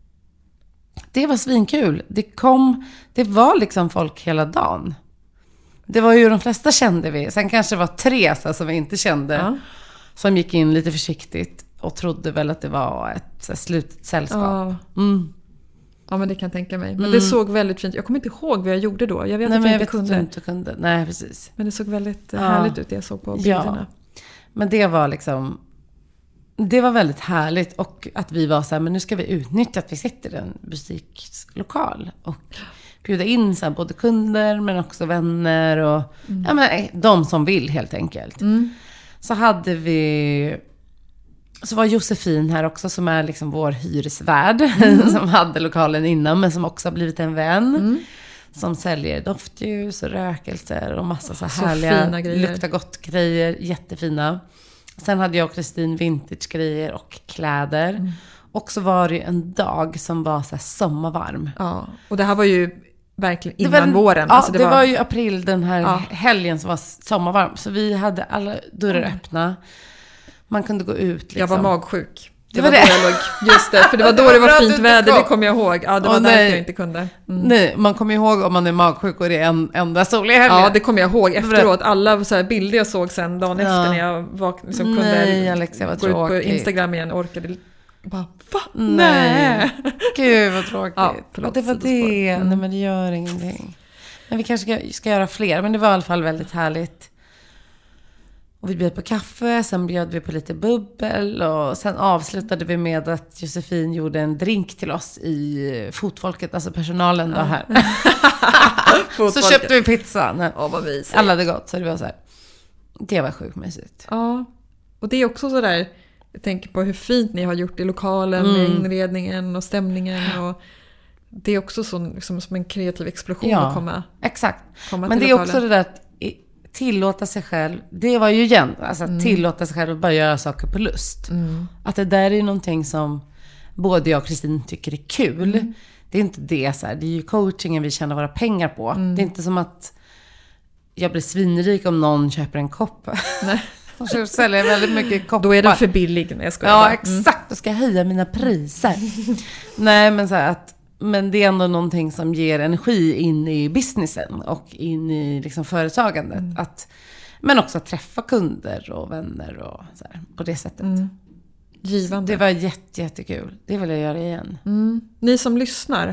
det var svinkul. Det kom, det var liksom folk hela dagen. Det var ju de flesta kände vi. Sen kanske det var tre så som vi inte kände. Ja. Som gick in lite försiktigt. Och trodde väl att det var ett så här, slutet sällskap. Ja. Mm. Ja, men det kan jag tänka mig. Men Mm. det såg väldigt fint. Jag kommer inte ihåg vad jag gjorde då. Jag vet Nej, att men jag, jag inte, vet kunde. att inte kunde. Nej, precis. Men det såg väldigt ja. härligt ut det jag såg på bilderna. Ja. Men det var liksom... Det var väldigt härligt. Och att vi var så här, men nu ska vi utnyttja att vi sitter i en musiklokal. Och bjuda in så här, både kunder men också vänner. Och mm. ja, men, de som vill helt enkelt. Mm. Så hade vi... Så var Josefin här också som är liksom vår hyresvärd. Mm. Som hade lokalen innan men som också har blivit en vän. Mm. Som säljer doftljus och rökelser och massa så, så härliga lukta gott grejer. Jättefina. Sen hade jag och Kristin vintage-grejer och kläder. Mm. Och så var det en dag som var så här sommarvarm. Ja, och det här var ju verkligen innan en, våren. Ja, alltså det, det var... var ju april den här ja. helgen som var sommarvarm. Så vi hade alla dörrar mm. öppna. Man kunde gå ut liksom. Jag var magsjuk. Det, det var, var det. det. Jag låg, just det, för det var då det var fint väder, det kommer jag ihåg. Ja, det var Åh, därför nej. jag inte kunde. Mm. Nej, man kommer ihåg om man är magsjuk och det är en enda solig helg. Ja, det kommer jag ihåg efteråt. Alla så här bilder jag såg sen dagen ja. efter när jag var, liksom, kunde nej, Alex, jag var gå ut på tråkigt. Instagram igen och orkade. Bara, va? Nej. Gud vad tråkigt. Ja, förlåt, det var det. Mm. Nej, men det gör ingenting. Men vi kanske ska, ska göra fler. Men det var i alla fall väldigt härligt. Och vi bjöd på kaffe, sen bjöd vi på lite bubbel och sen avslutade vi med att Josefin gjorde en drink till oss i fotfolket, alltså personalen var här. Så köpte vi pizza när oh, vad alla hade gått, så det var så här. Det var sjukt mysigt. Ja, och det är också så där, jag tänker på hur fint ni har gjort i lokalen mm. med inredningen och stämningen och det är också så, liksom, som en kreativ explosion ja, att komma. Exakt. Komma men det är lokalen. också det där att tillåta sig själv, det var ju igen, alltså att mm. tillåta sig själv att bara göra saker på lust. Mm. Att det där är någonting som både jag och Kristin tycker är kul. Mm. Det är inte det så här, det är ju coachingen vi tjänar våra pengar på. Mm. Det är inte som att jag blir svinrik om någon köper en kopp. Nej. Och så säljer jag väldigt mycket koppar. Då är den för billig när jag ska. Ja, exakt. Då ska jag höja mina priser. Nej, men så här att men det är ändå någonting som ger energi in i businessen och in i liksom företagandet. Mm. Att, men också att träffa kunder och vänner och så här, på det sättet. Mm. Givande. Det var jätte, jättekul. Det vill jag göra igen. Mm. Ni som lyssnar,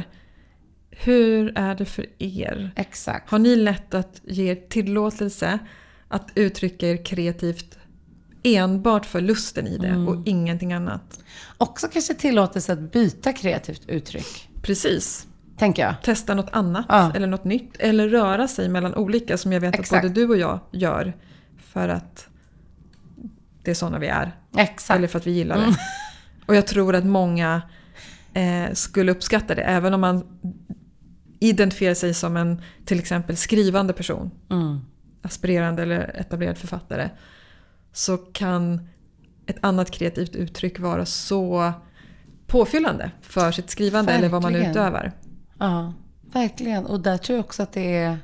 hur är det för er? Exakt. Har ni lätt att ge er tillåtelse att uttrycka er kreativt enbart för lusten i det Mm. och ingenting annat. Också kanske tillåtelse att byta kreativt uttryck. Precis. Tänker jag. Testa något annat Ja. eller något nytt. Eller röra sig mellan olika som jag vet Exakt. att både du och jag gör. För att det är sådana vi är. Exakt. Eller för att vi gillar det. Mm. Och jag tror att många eh, skulle uppskatta det. Även om man identifierar sig som en till exempel skrivande person. Mm. Aspirerande eller etablerad författare. Så kan ett annat kreativt uttryck vara så påfyllande för sitt skrivande. Verkligen. Eller vad man utövar. Ja, verkligen. Och där tror jag också att det är...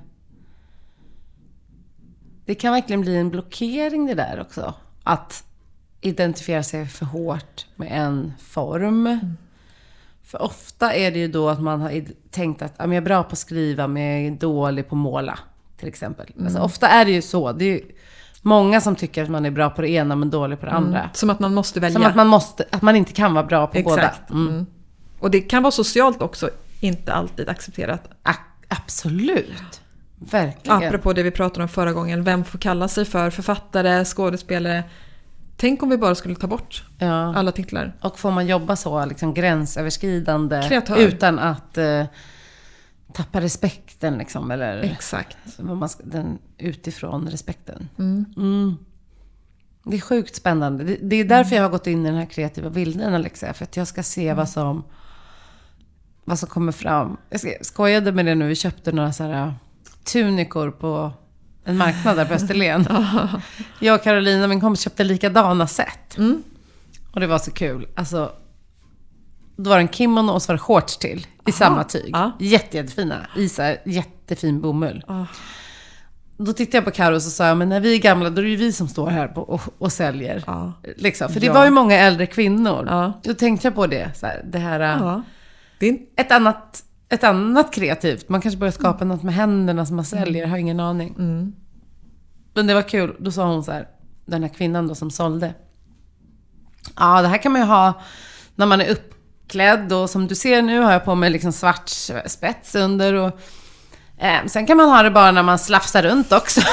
Det kan verkligen bli en blockering det där också. Att identifiera sig för hårt med en form. Mm. För ofta är det ju då att man har tänkt att jag är bra på att skriva men jag är dålig på att måla. Till exempel. Mm. Alltså, ofta är det ju så. Det är ju många som tycker att man är bra på det ena men dålig på det andra. Mm. Som att man måste välja. Som att man, måste, att man inte kan vara bra på Exakt. båda. Mm. Mm. Och det kan vara socialt också inte alltid accepterat. A- absolut. Verkligen. Apropå det vi pratade om förra gången. Vem får kalla sig för författare, skådespelare? Tänk om vi bara skulle ta bort ja. alla titlar. Och får man jobba så liksom gränsöverskridande Kreatör. utan att eh, tappa respekten liksom, eller Exakt. vad man ska, den utifrån respekten. Mm. Mm. Det är sjukt spännande. Det, det är därför jag har gått in i den här kreativa bilden, Alexia, för att jag ska se mm. vad som vad som kommer fram. Jag skojade med det nu, vi köpte några så här tunikor på en marknad där på Österlen. Jag och Carolina, min kompis, köpte likadana set. Mm. Och det var så kul. Alltså, då var det en kimono och så var det shorts till. I Aha. samma tyg. Ja. Jätte, jättefina. I så här, jättefin bomull. Oh. Då tittade jag på Karo och så sa jag, men när vi är gamla då är det ju vi som står här på, och, och säljer. Ja. Liksom. För det ja. var ju många äldre kvinnor. Ja. Då tänkte jag på det. Så här, det här... Ja. Det är ett annat... Ett annat kreativt. Man kanske börjar skapa mm. något med händerna som man säljer. Har ingen aning. Mm. Men det var kul. Då sa hon så här. Den här kvinnan då som sålde. Ja, det här kan man ju ha när man är uppklädd. Och som du ser nu har jag på mig liksom svart spets under. Och, eh, sen kan man ha det bara när man slafsar runt också.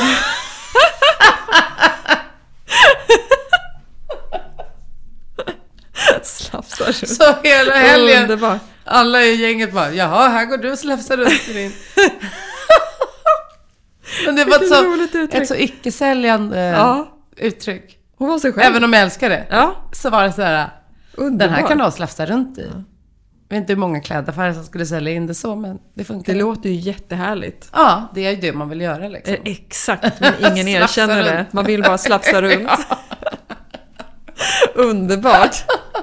Slafsar runt. Så hela helgen. Underbar. Alla i gänget bara, jaha, här går du och slafsar runt i din. Men det var ett så, ett så icke-säljande ja. uttryck. Hon var sig själv. Även om jag älskar det. Ja. Så var det så här, underbar. Den här kan du ha slafsa runt i. Ja. Jag vet inte hur många klädaffärer som skulle sälja in det så, men det funkar. Det låter ju jättehärligt. Ja, det är ju det man vill göra liksom. Eh, exakt, men ingen erkänner det. Man vill bara slafsa runt. Ja. Underbart.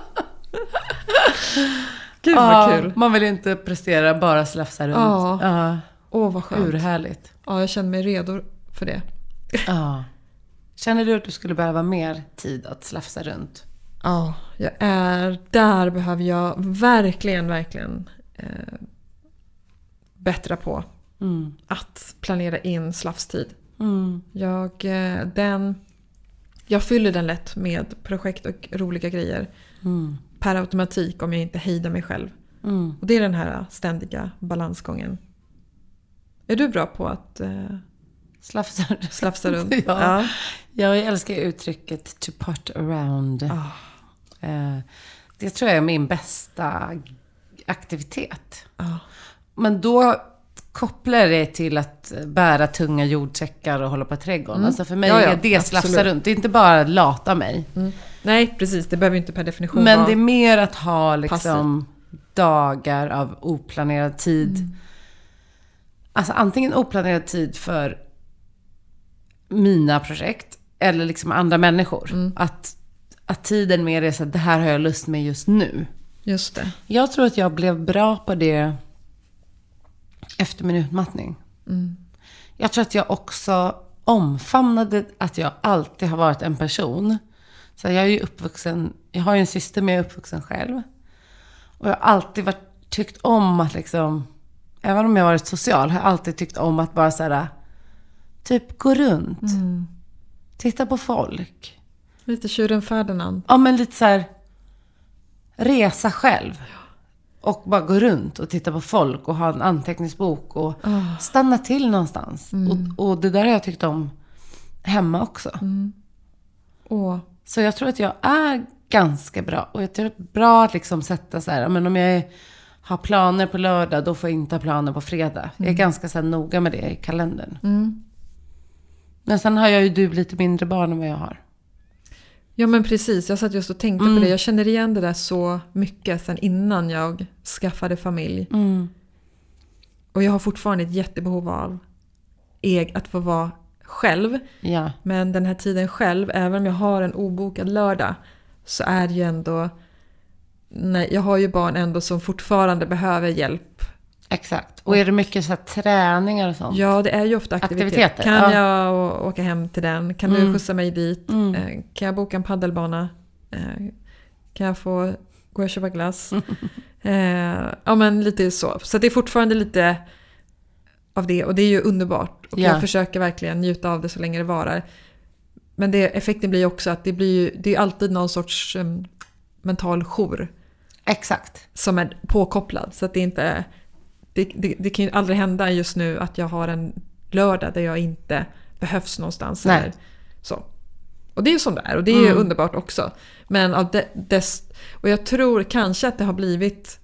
Gud vad ja, kul. Man vill inte prestera, bara slafsa runt. Ja. Ja. Åh, vad skönt. Urhärligt. Ja, jag känner mig redo för det. Ja. Känner du att du skulle behöva mer tid att slafsa runt? Ja, jag är... Där behöver jag verkligen, verkligen eh, bättra på. Mm. Att planera in slafstid. Mm. Jag, eh, den, jag fyller den lätt med projekt och roliga grejer. Mm. Per automatik om jag inte hejdar mig själv. Mm. Och det är den här ständiga balansgången. Är du bra på att eh, slafsa, slafsa runt? Ja. Ja. Jag älskar uttrycket to part around. Oh. Eh, det tror jag är min bästa aktivitet. Oh. Men då kopplar det till att bära tunga jordsäckar och hålla på trädgården. Mm. Alltså för mig ja, ja, är det slafsa absolut. Runt. Det är inte bara lata mig. Mm. Nej, precis. Det behöver inte per definition Men vara det är mer att ha liksom dagar av oplanerad tid. Mm. Alltså antingen oplanerad tid för mina projekt eller liksom andra människor. Mm. Att, att tiden mer är så att det här har jag lust med just nu. Just det. Jag tror att jag blev bra på det efter min utmattning. Mm. Jag tror att jag också omfamnade att jag alltid har varit en person. Så jag är ju uppvuxen, jag har ju en syster men jag är uppvuxen själv. Och jag har alltid varit, tyckt om att liksom, även om jag har varit social, har jag alltid tyckt om att bara så här, typ gå runt. Mm. Titta på folk. Lite tjuren Ferdinand. Ja, men lite så här resa själv. Och bara gå runt och titta på folk och ha en anteckningsbok och oh. stanna till någonstans. Mm. Och, och det där har jag tyckt om hemma också. Mm. Åh, Så jag tror att jag är ganska bra. Och jag tror att det är bra att liksom sätta så här, men om jag har planer på lördag, då får jag inte ha planer på fredag. Mm. Jag är ganska så här noga med det i kalendern. Mm. Men sen har jag ju du lite mindre barn än vad jag har. Ja men precis, jag satt just och tänkte mm. på det. Jag känner igen det där så mycket sen innan jag skaffade familj. Mm. Och jag har fortfarande ett jättebehov av att få vara själv. Ja. Men den här tiden själv, även om jag har en obokad lördag, så är det ju ändå... Nej, jag har ju barn ändå som fortfarande behöver hjälp. Exakt. Och är det mycket så här träningar och sånt? Ja, det är ju ofta aktivitet. Aktiviteter. Kan ja. jag å- åka hem till den? Kan mm. du skjutsa mig dit? Mm. Eh, kan jag boka en paddelbana? Eh, kan jag få gå och köpa glass? eh, ja, men lite så. Så det är fortfarande lite av det. Och det är ju underbart. Och ja. jag försöker verkligen njuta av det så länge det varar. Men det, effekten blir ju också att det blir ju, det är alltid någon sorts um, mental jour. Exakt. Som är påkopplad. Så att det inte... Det, det, det kan ju aldrig hända just nu att jag har en lördag där jag inte behövs någonstans. Nej. Eller så. Och det är ju som det är. Och det är mm. ju underbart också. Men av det, dess, och jag tror kanske att det har blivit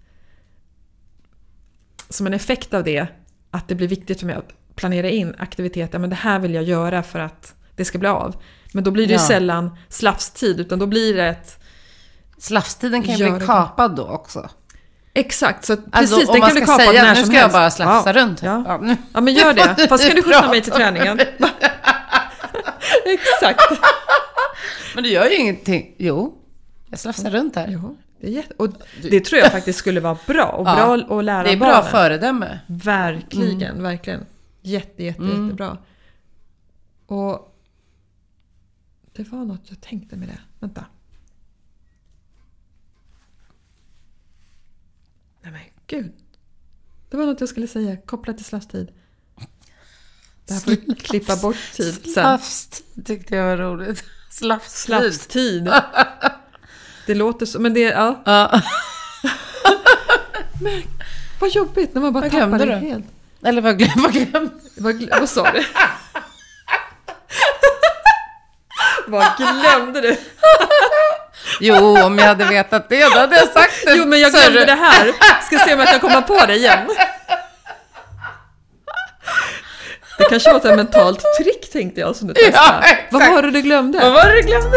som en effekt av det. Att det blir viktigt för mig att planera in aktiviteter. Men det här vill jag göra för att det ska bli av. Men då blir det ja. ju sällan slafstid. Utan då blir det ett... Slafstiden kan ju bli kapad då också. Exakt, så precis, alltså, den kan bli kapad säga, när nu som ska helst. jag bara slafsa ja. runt. Ja. Ja, nu. ja, men gör det. Fast ska du skjutsa mig till träningen. Exakt. Men det gör ju ingenting. Jo, jag slafsar runt här. Jo, det är jätte... Och det tror jag faktiskt skulle vara bra. Och ja. bra att lära barnen. Det är bra barnen. Föredöme. Verkligen, mm. verkligen. Jätte, jätte, mm. jättebra. Och det var något jag tänkte med det. Vänta. Nej men gud. Det var något jag skulle säga. Kopplat till slafstid. Det här får du klippa bort tid sen. Slafstid tyckte jag var roligt. Slafstid. Slafstid. Det låter så. Men det är... Ja. ja. Men vad jobbigt när man bara tappar det helt. Eller vad glömde vad glömde vad, glöm, vad sa du? Vad glömde du? Jo, om jag hade vetat det, då hade jag sagt det. Jo, men jag glömde det här. Ska se om jag kan komma på det igen. Det kanske var ett mentalt trick, tänkte jag, som du testade. Ja, exakt. Vad var det du glömde? Vad var det du glömde?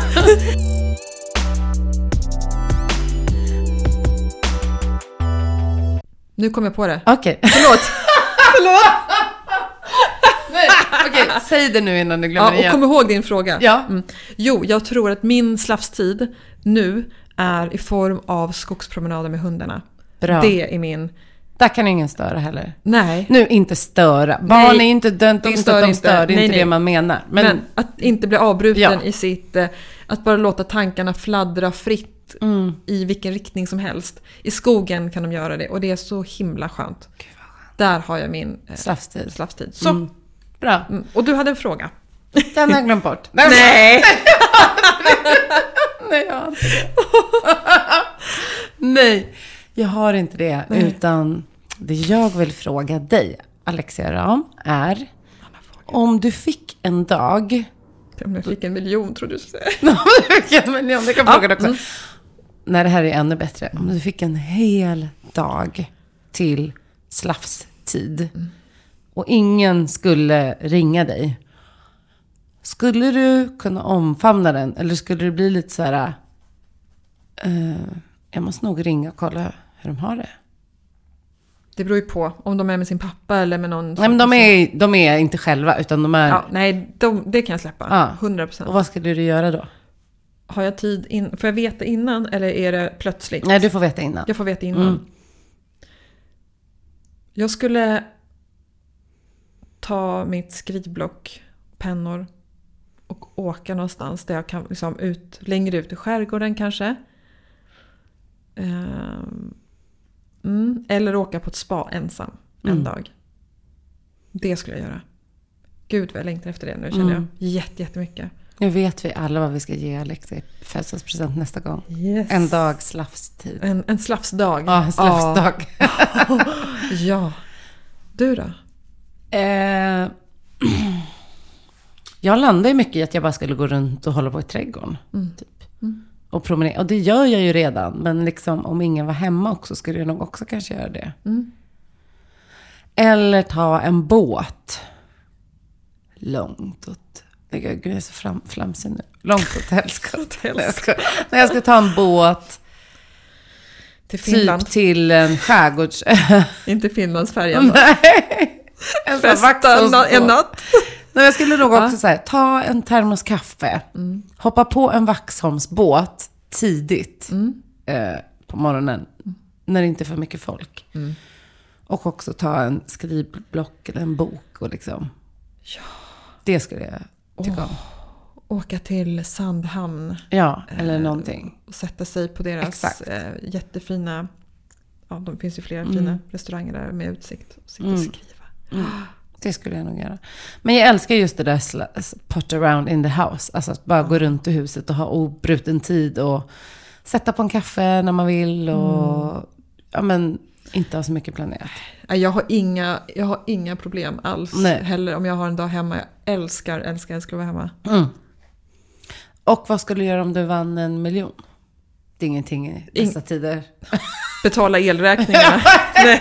Nu kom jag på det. Okej. Okay. Förlåt. Förlåt. Nej, okej. Okay. Säg det nu innan du glömmer ja, igen. Och kom ihåg din fråga. Ja. Mm. Jo, jag tror att min slafstid nu är i form av skogspromenader med hundarna. Bra. Det är min... Där kan ingen störa heller. Nej. Nu, inte störa. Barn är inte dömt, de inte stör att de inte. stör. Det är nej, inte nej. det man menar. Men, Men, att inte bli avbruten ja. i sitt... Att bara låta tankarna fladdra fritt mm. i vilken riktning som helst. I skogen kan de göra det. Och det är så himla skönt. Gud vad skönt. Där har jag min eh, slafstid. slafstid. Så. Mm. Bra. Mm. Och du hade en fråga. Den har jag glömt bort. Nej! Nej, jag har inte det. Nej, jag har inte det. Nej. Utan det jag vill fråga dig, Alexia Ram, är om du fick en dag... Om jag fick en miljon, tror du så. Om du fick en miljon, det kan jag fråga dig också. Mm. Nej, det här är ännu bättre. Om du fick en hel dag till slafstid mm. och ingen skulle ringa dig. Skulle du kunna omfamna den? Eller skulle det bli lite så här... Uh, jag måste nog ringa och kolla hur de har det. Det beror ju på om de är med sin pappa eller med någon... Nej, men de är, de är inte själva, utan de är... Ja, nej, de, det kan jag släppa. Ja. hundra procent. Och vad skulle du göra då? Har jag tid in... Får jag veta innan eller är det plötsligt? Nej, du får veta innan. Jag får veta innan. Mm. Jag skulle ta mitt skrivblock, pennor och åka någonstans där jag kan liksom ut, längre ut i skärgården kanske. Um, mm, eller åka på ett spa ensam en mm. dag. Det skulle jag göra. Gud vad jag längtar efter det nu, känner mm. jag. Jätte, jättemycket. Nu vet vi alla vad vi ska ge Alexia i födelsedagspresent nästa gång. Yes. En dag slafstid. En, en slafsdag. Ja, en slafsdag. Ja. Ja. Du då? Eh, Jag landar ju mycket i att jag bara skulle gå runt och hålla på i trädgården. Mm. Typ. Mm. Och promenera. Och det gör jag ju redan. Men liksom, om ingen var hemma också skulle jag nog också kanske göra det. Mm. Eller ta en båt. Långt åt... Gud, jag är så fram, flamsig nu. Långt åt helskott. När jag ska ta en båt... Till Finland. Typ till en skärgårds... Inte Finlandsfärjan. Nej. En sån Festa en natt. Nej, jag skulle nog också säga, ta en termos kaffe. Mm. Hoppa på en Vaxholmsbåt tidigt. Mm. Eh, på morgonen. Mm. När det inte är för mycket folk. Mm. Och också ta en skrivblock eller en bok. Och liksom. Ja. Det skulle jag tycka oh. om. Åka till Sandhamn. Ja, eller någonting. Och sätta sig på deras eh, jättefina... Ja, de finns ju flera mm. fina restauranger där med utsikt. Och sitta mm. och skriva. Mm. Det skulle jag nog göra. Men jag älskar just det där sl- put around in the house. Alltså att bara ja. gå runt i huset och ha obruten tid. Och sätta på en kaffe när man vill. Och mm. ja, men inte ha så mycket planerat. Jag har inga, jag har inga problem alls. Nej. Heller om jag har en dag hemma. Jag älskar, älskar, älskar att vara hemma. Mm. Och vad skulle du göra om du vann en miljon? Det är ingenting i dessa In- tider. Betala elräkningarna. Nej.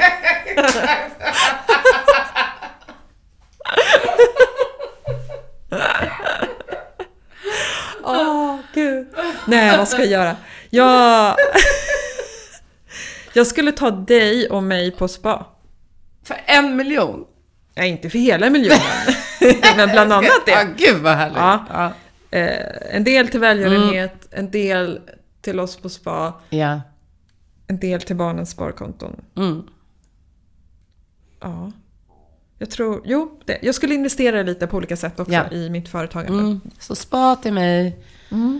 Åh, oh, gud. Nej, vad ska jag göra? Jag... jag skulle ta dig och mig på spa. För en miljon? Nej, inte för hela miljonen. Men bland annat det. Ja, gud vad härligt. Ja. Ja. Eh, en del till välgörenhet, mm. en del till oss på spa. Ja. En del till barnens sparkonton. Mm. Ja. Jag tror, jo, det. Jag skulle investera lite på olika sätt också ja. i mitt företagande. Mm. Så spa till mig. Mm.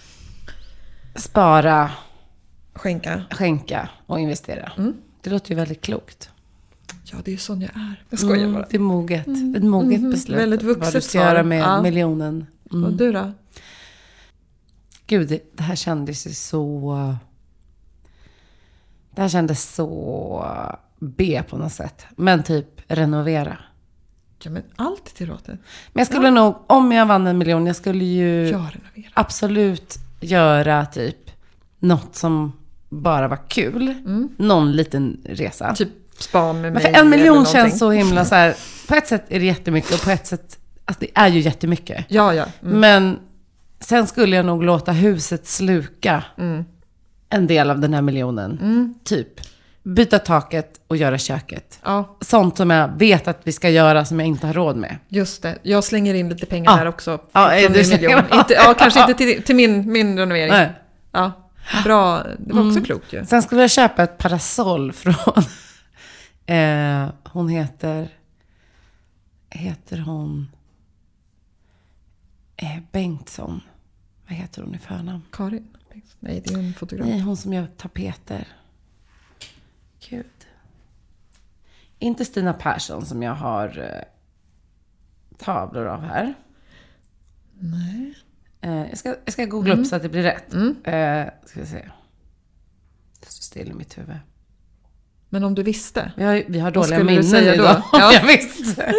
Spara. Skänka. Skänka och investera. Mm. Det låter ju väldigt klokt. Ja, det är ju sån jag är. Jag skojar mm, bara. Det är moget. Mm. Ett moget mm. beslut. Väldigt vuxet. Vad du ska göra med ja. miljonen. Mm. Och du då? Gud, det, det här kändes ju så... Det här kändes så B på något sätt. Men typ renovera. Ja, men allt är tillåtet. Men jag skulle ja. nog, om jag vann en miljon, jag skulle ju jag renovera. absolut göra typ något som bara var kul. Mm. Någon liten resa. Typ spa med mig. Men för en miljon känns så himla så här. På ett sätt är det jättemycket och på ett sätt, alltså det är ju jättemycket. Ja, ja. Mm. Men sen skulle jag nog låta huset sluka mm. en del av den här miljonen. Mm. Typ byta taket och göra köket. Ja. Sånt som jag vet att vi ska göra som jag inte har råd med. Just det. Jag slänger in lite pengar ja. där också. Ja, är du miljon. Inte, ja, kanske inte till, till min, min renovering. Nej. Ja, bra. Det var också mm. klokt ju. Sen skulle jag köpa ett parasoll från... eh, hon heter... Heter hon... Eh, Bengtsson. Vad heter hon i förnamn? Karin? Nej, det är en fotograf. Nej, hon som gör tapeter. Gud. Inte Stina Persson som jag har eh, tavlor av här. Nej. Eh, jag, ska, jag ska googla mm. upp så att det blir rätt. Mm. Eh, ska vi se. Det står still i mitt huvud. Men om du visste? Vi har, vi har dåliga minnen du säga då? idag. Ja. Jag visste.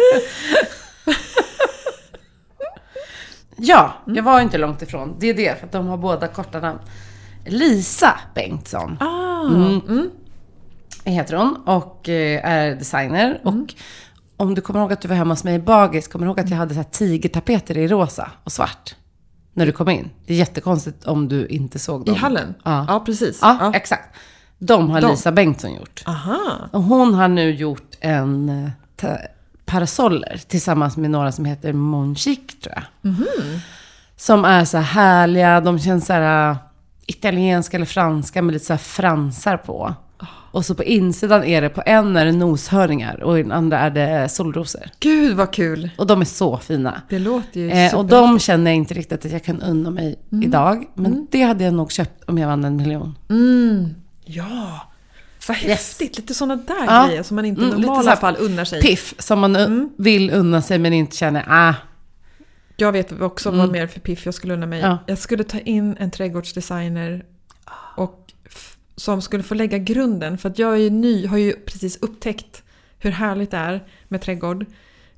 Ja, mm. jag var inte långt ifrån. Det är det, för att de har båda korta namn. Lisa Bengtsson. Ah, mm. Mm. heter hon och är designer. Mm. Och om du kommer ihåg att du var hemma hos mig i Bagis, kommer du ihåg att jag hade så här tigertapeter i rosa och svart när du kom in? Det är jättekonstigt om du inte såg dem. I hallen? Ja, ja precis. Ja, ja. exakt. De har de. Lisa Bengtsson gjort. Aha. Och hon har nu gjort en ta- parasoller tillsammans med några som heter Monchic, tror jag. Mm-hmm. Som är så här härliga, de känns så här italienska eller franska med lite så här fransar på. Och så på insidan är det, på en är det noshörningar och i den andra är det solrosor. Gud vad kul! Och de är så fina. Det låter ju eh, Och de känner jag inte riktigt att jag kan unna mig mm. idag. Men mm. det hade jag nog köpt om jag vann en miljon. Mm. Ja, vad häftigt. Yes. Lite sådana där ja. grejer som man inte i mm, normala fall unnar sig. Piff som man mm. vill unna sig men inte känner, ah. Jag vet också mm. vad mer för piff jag skulle unna mig. Ja. Jag skulle ta in en trädgårdsdesigner och som skulle få lägga grunden. För att jag är ju ny, har ju precis upptäckt hur härligt det är med trädgård.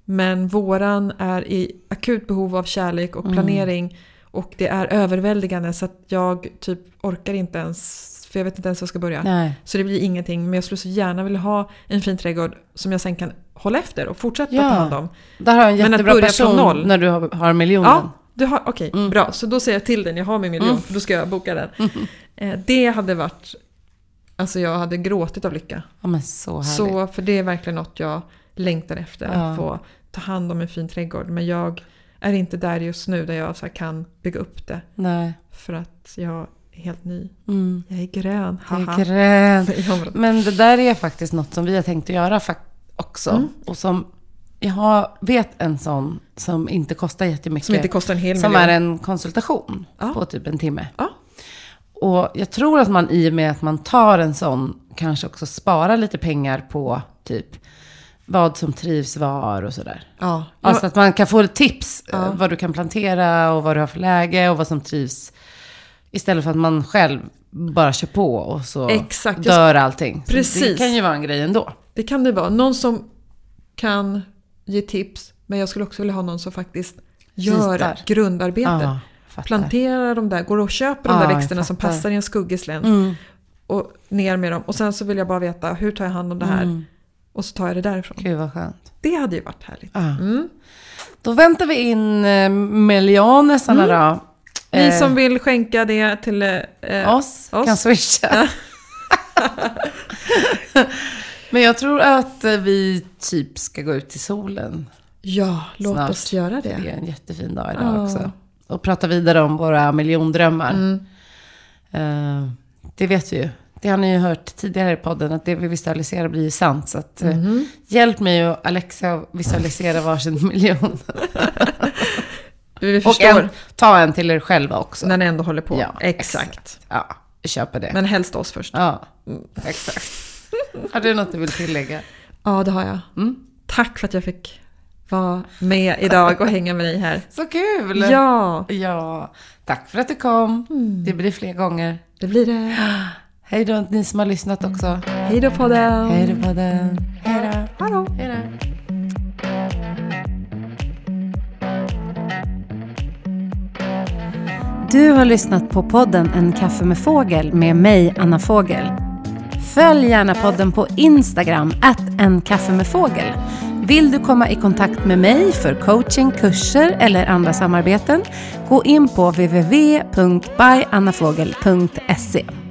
Men våran är i akut behov av kärlek och planering. Mm. Och det är överväldigande så att jag typ orkar inte ens, för jag vet inte ens var jag ska börja. Nej. Så det blir ingenting. Men jag skulle så gärna vilja ha en fin trädgård som jag sen kan hålla efter och fortsätta ja. ta hand om. Där har jag en Men jättebra person noll. När du har, har miljonen. Ja, du har, okej, okay, mm. bra. Så då säger jag till den, jag har min miljon, mm. för då ska jag boka den. Mm. Eh, det hade varit, alltså jag hade gråtit av lycka. Ja, men så härligt. Så, för det är verkligen något jag längtar efter, ja. Att få ta hand om en fin trädgård. Men jag är inte där just nu där jag så här kan bygga upp det. Nej. För att jag är helt ny. Mm. Jag är grön. Jag är grön. Men det där är faktiskt något som vi har tänkt att göra också. Mm. Och som jag vet en sån som inte kostar jättemycket. Som inte kostar en hel Som miljon. är en konsultation ja. på typ en timme. Ja. Och jag tror att man i och med att man tar en sån kanske också sparar lite pengar på typ vad som trivs var och sådär. Ja. Alltså att man kan få tips ja. vad du kan plantera och vad du har för läge och vad som trivs. Istället för att man själv bara kör på och så Exakt. dör allting. Precis. Så det kan ju vara en grej ändå. Det kan det vara. Någon som kan ge tips. Men jag skulle också vilja ha någon som faktiskt gör Gistar. grundarbete. Ja, planterar de där. Går och köper de ja, där växterna som passar i en skuggisländ. Mm. Och ner med dem. Och sen så vill jag bara veta, hur tar jag hand om det här? Mm. Och så tar jag det därifrån. Gud vad skönt. Det hade ju varit härligt. Ja. Mm. Då väntar vi in eh, miljonerna mm. då. Ni eh, som vill skänka det till eh, oss, oss kan swisha. Men jag tror att vi typ ska gå ut i solen. Ja, låt snart. oss göra det. Det är en jättefin dag idag oh. också. Och prata vidare om våra miljondrömmar. Mm. Uh, det vet vi ju. Det har ni ju hört tidigare i podden, att det vi visualiserar blir sant. Så att, mm. uh, hjälp mig och Alexa att visualisera varsin miljon. Vi och en, ta en till er själva också. När ni ändå håller på. Ja, exakt. exakt. Ja, vi köper det. Men helst oss först. Ja, mm. exakt. Har du något du vill tillägga? Ja, det har jag. Mm. Tack för att jag fick vara med idag och hänga med dig här. Så kul! Ja! Ja, tack för att du kom. Mm. Det blir fler gånger. Det blir det. Hej då ni som har lyssnat också. Hej då podden. Hej då podden. Hej då. Hallå. Hej då. Du har lyssnat på podden En kaffe med fågel med mig, Anna Fågel. Följ gärna podden på Instagram, at en kaffe med fågel. Vill du komma i kontakt med mig för coaching, kurser eller andra samarbeten? Gå in på w w w punkt by anna fågel punkt se.